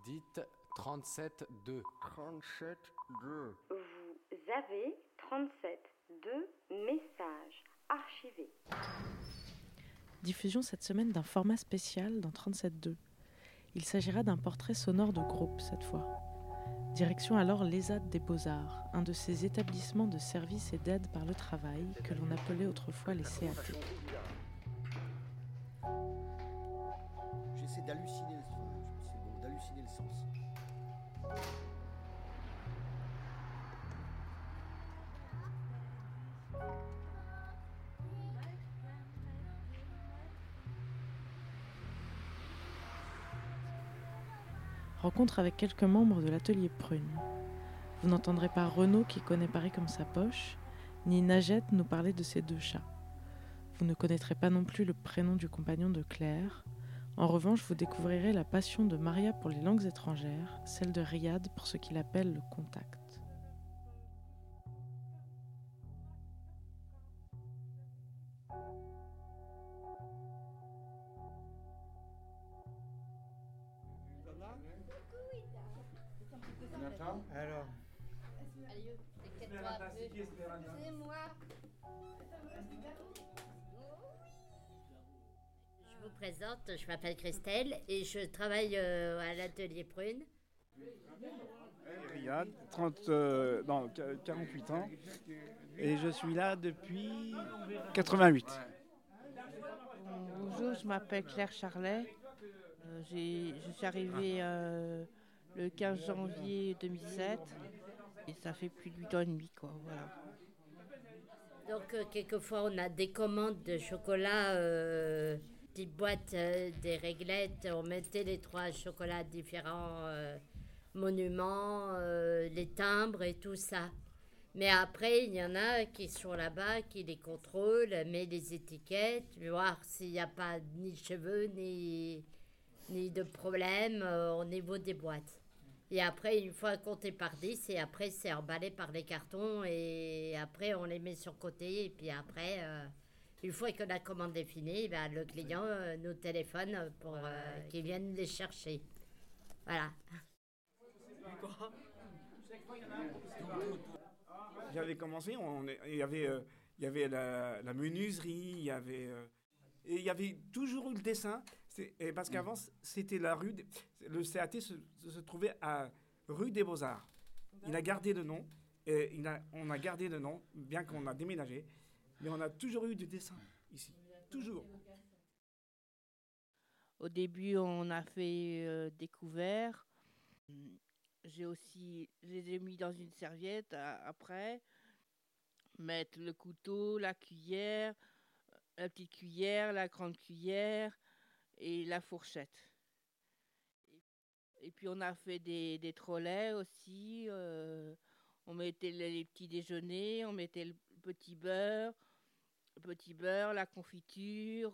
Dites 37-2. 37-2. Vous avez 37-2 messages archivés. Diffusion cette semaine d'un format spécial dans 37.2. Il s'agira d'un portrait sonore de groupe cette fois. Direction alors l'ESAT des Beaux-Arts, un de ces établissements de services et d'aide par le travail que l'on appelait autrefois les CAT. J'essaie d'halluciner le sens. Rencontre avec quelques membres de l'atelier Prune. Vous n'entendrez pas Renaud qui connaît Paris comme sa poche, ni Najette nous parler de ses 2 chats. Vous ne connaîtrez pas non plus le prénom du compagnon de Claire. En revanche, vous découvrirez la passion de Maria pour les langues étrangères, celle de Riyad pour ce qu'il appelle le contact. Alors, C'est moi. Je vous présente, je m'appelle Christelle et je travaille à l'atelier Prune. Riyad, 48 ans, et je suis là depuis 88. Bonjour, je m'appelle Claire Charlet. Je suis arrivée le 15 janvier 2007 et ça fait plus de 8 ans et demi, quoi, voilà. Donc quelquefois on a des commandes de chocolat, des boîtes, des réglettes, on mettait les 3 chocolats différents, monuments, les timbres et tout ça. Mais après il y en a qui sont là-bas, qui les contrôlent, met les étiquettes, voir s'il n'y a pas ni cheveux ni de problème au niveau des boîtes. Et après, une fois compté par 10, et après, c'est emballé par les cartons, et après, on les met sur côté, et puis après, une fois que la commande est finie, ben, le client nous téléphone pour qu'il vienne les chercher. Voilà. J'avais commencé, il y avait la menuiserie, et il y avait toujours eu le dessin. Parce qu'avant, c'était la rue. Le CAT se trouvait à rue des Beaux-Arts. Il a gardé le nom. On a gardé le nom, bien qu'on a déménagé. Mais on a toujours eu du dessin ici. Toujours. Au début, on a fait des couverts. Je les ai mis dans une serviette après. Mettre le couteau, la cuillère, la petite cuillère, la grande cuillère et la fourchette. Et puis on a fait des trolleys aussi. On mettait les petits déjeuners, on mettait le petit beurre, la confiture.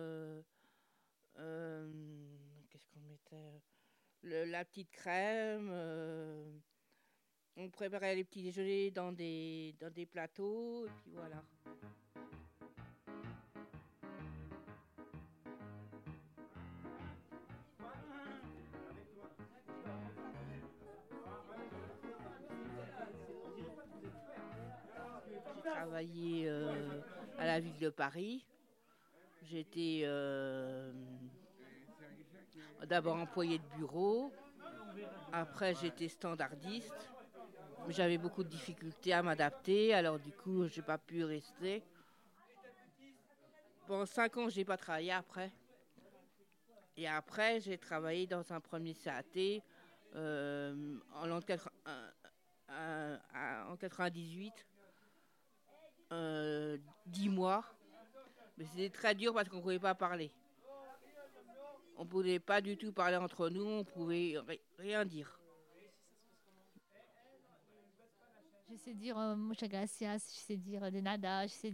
Qu'est-ce qu'on mettait? La petite crème. On préparait les petits déjeuners dans des plateaux. Et puis voilà. J'ai travaillé à la ville de Paris. J'étais d'abord employée de bureau. Après, j'étais standardiste. J'avais beaucoup de difficultés à m'adapter. Alors du coup, j'ai pas pu rester. Pendant 5 ans, j'ai pas travaillé après. Et après, j'ai travaillé dans un premier CAT en 98. 10 mois. Mais c'était très dur parce qu'on ne pouvait pas parler. On ne pouvait pas du tout parler entre nous, on ne pouvait rien dire. Je sais dire muchas gracias, je sais dire de nada, je sais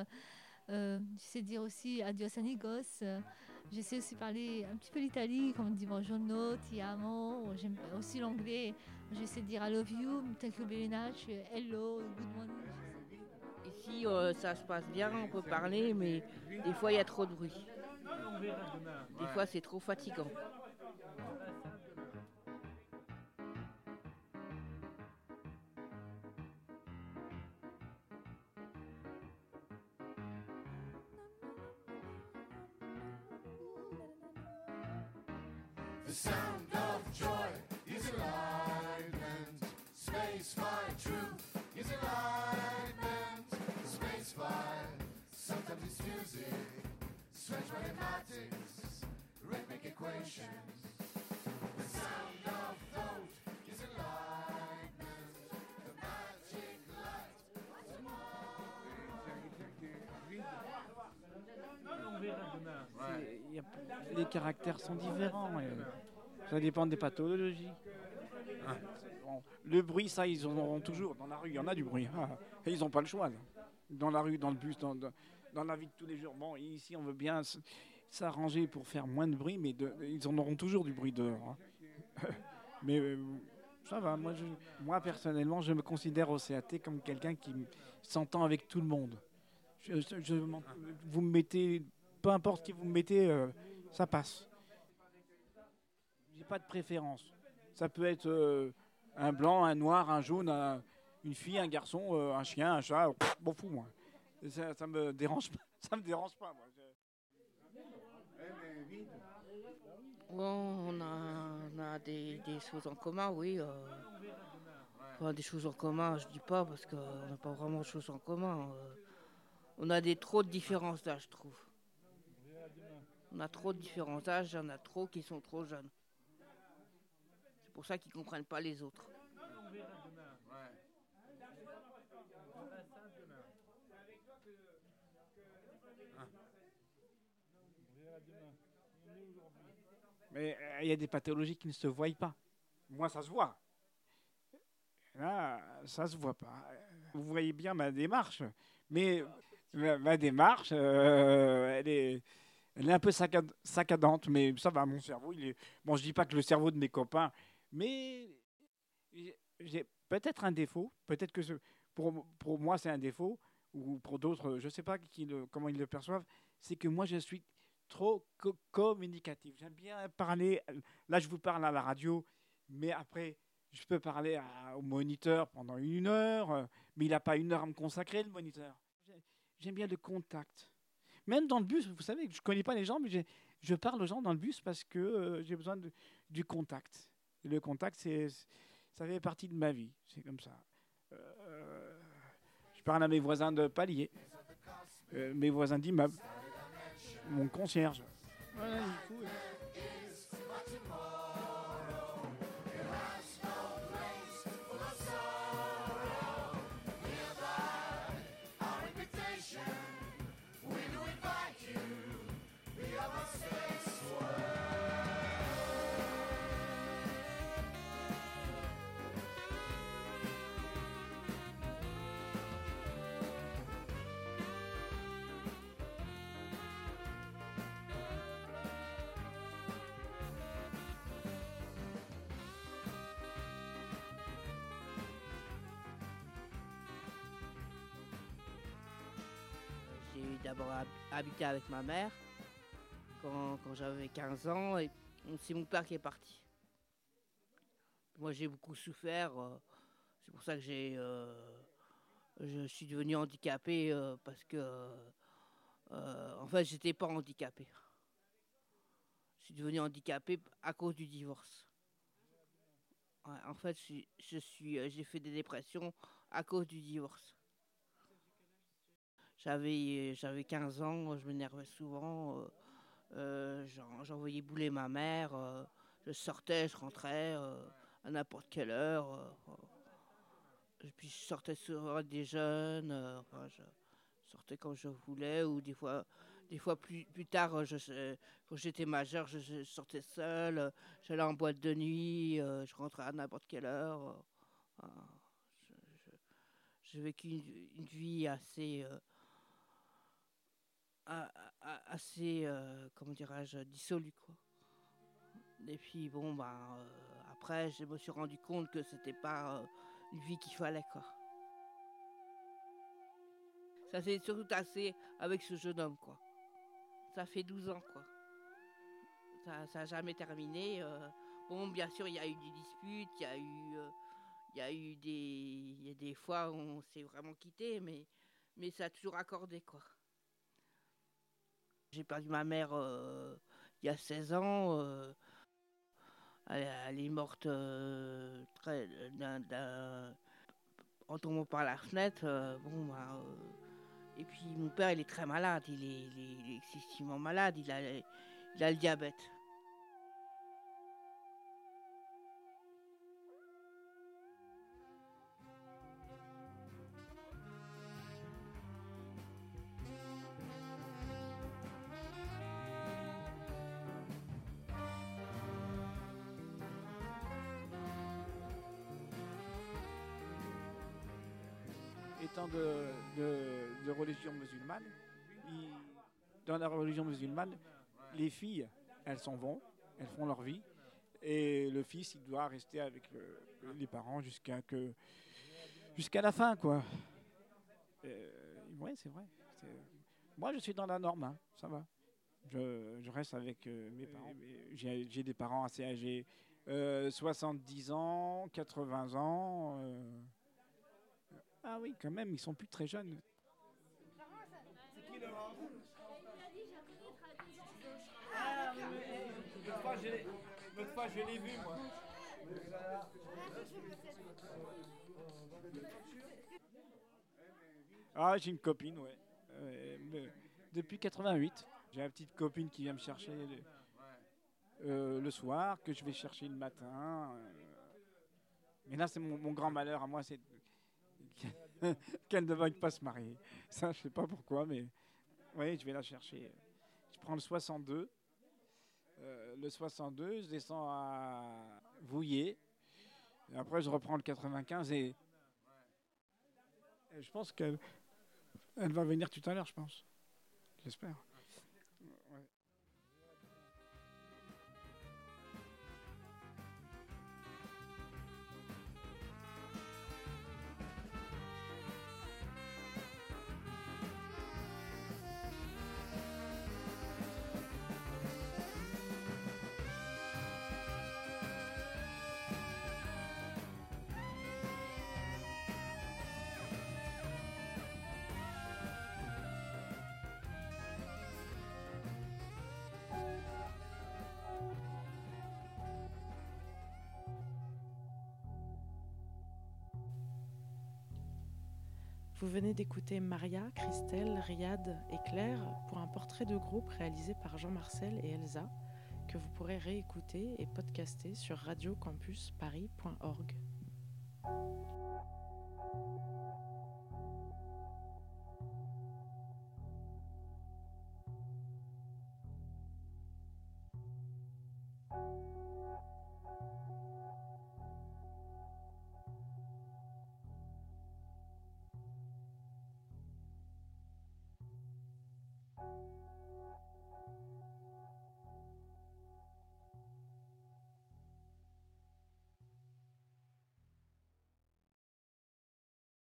dire aussi adios amigos. Je sais aussi parler un petit peu l'Italie, comme on dit bonjour, ti amo. J'aime aussi l'anglais. Je sais dire I love you, thank you very much, hello, good morning. Ici, ça se passe bien, on peut parler, mais des fois, il y a trop de bruit. Des fois, c'est trop fatigant. The sound of joy is enlightenment. Space by truth is enlightenment. Space by sometimes it's music, strange mathematics, rhythmic equations. The sound of thought is enlightenment. The magic light. Les caractères sont différents. Ça dépend des pathologies. Bon, le bruit, ça, ils en auront toujours. Dans la rue, il y en a du bruit. Et ils n'ont pas le choix. Là. Dans la rue, dans le bus, dans la vie de tous les jours. Bon, ici, on veut bien s'arranger pour faire moins de bruit, mais ils en auront toujours du bruit dehors. Mais ça va. Moi, personnellement, je me considère au CAT comme quelqu'un qui s'entend avec tout le monde. Vous me mettez, peu importe qui vous me mettez, ça passe. J'ai pas de préférence. Ça peut être un blanc, un noir, un jaune, une fille, un garçon, un chien, un chat. M'en fous, moi. Ça me dérange pas. Ça me dérange pas, moi. Bon, on a des choses en commun, oui. Enfin, des choses en commun, je dis pas, parce qu'on n'a pas vraiment de choses en commun. On a trop de différences d'âge, je trouve. On a trop de différences d'âge, il y en a trop qui sont trop jeunes. C'est pour ça qu'ils ne comprennent pas les autres. Mais il y a des pathologies qui ne se voient pas. Moi, ça se voit. Là, ça se voit pas. Vous voyez bien ma démarche. Mais ma démarche, elle est un peu saccadante. Mais ça va, mon cerveau, il est... Bon, je dis pas que le cerveau de mes copains, mais j'ai peut-être un défaut. Peut-être que pour moi, c'est un défaut. Ou pour d'autres, je ne sais pas comment ils le perçoivent. C'est que moi, je suis trop communicatif. J'aime bien parler. Là, je vous parle à la radio, mais après, je peux parler au moniteur pendant 1 heure, mais il n'a pas 1 heure à me consacrer, le moniteur. J'aime bien le contact. Même dans le bus, vous savez, je ne connais pas les gens, mais je parle aux gens dans le bus parce que j'ai besoin du contact. Et le contact, ça fait partie de ma vie. C'est comme ça. Je parle à mes voisins de palier, mes voisins d'immeuble. Mon concierge. Voilà, il faut. J'ai d'abord habité avec ma mère quand j'avais 15 ans et c'est mon père qui est parti. Moi j'ai beaucoup souffert, c'est pour ça que je suis devenu handicapé parce que en fait j'étais pas handicapé. Je suis devenu handicapé à cause du divorce. Ouais, en fait j'ai fait des dépressions à cause du divorce. J'avais 15 ans, je m'énervais souvent, j'envoyais bouler ma mère, je sortais, je rentrais à n'importe quelle heure. Et puis je sortais sur des jeunes, enfin, je sortais quand je voulais, ou des fois plus tard, quand j'étais majeur, je sortais seul, j'allais en boîte de nuit, je rentrais à n'importe quelle heure. J'ai vécu une vie assez... comment dirais-je, dissolu, quoi. Et puis bon, après je me suis rendu compte que c'était pas une vie qu'il fallait, quoi. Ça s'est surtout tassé avec ce jeune homme, quoi. Ça fait 12 ans, quoi. Ça a jamais terminé. Bon, bien sûr, il y a eu des disputes, il y a eu des fois où on s'est vraiment quitté, mais ça a toujours accordé, quoi. J'ai perdu ma mère il y a 16 ans. Elle est morte en tombant par la fenêtre. Et puis mon père, il est très malade. Il est excessivement malade. Il a le diabète. Étant de religion musulmane, dans la religion musulmane, les filles, elles s'en vont, elles font leur vie, et le fils, il doit rester avec les parents jusqu'à la fin, quoi. Ouais, c'est vrai. Moi, je suis dans la norme, hein, ça va. Je reste avec mes parents. J'ai des parents assez âgés, 70 ans, 80 ans. Ah oui, quand même, ils sont plus très jeunes. C'est qui Laurent? Ah oui, l'autre fois, je l'ai vu, moi. Ah, j'ai une copine, ouais. Depuis 88. J'ai une petite copine qui vient me chercher le soir, que je vais chercher le matin. Mais là, c'est mon grand malheur à moi, c'est qu'elle ne veuille pas se marier. Ça, je sais pas pourquoi, mais oui, je vais la chercher. Je prends le 62. Le 62, je descends à Vouillers. Et après, je reprends le 95 et je pense qu'elle va venir tout à l'heure, je pense. J'espère. Ouais. Vous venez d'écouter Maria, Christelle, Riyad et Claire pour un portrait de groupe réalisé par Jean-Marcel et Elsa, que vous pourrez réécouter et podcaster sur radiocampusparis.org.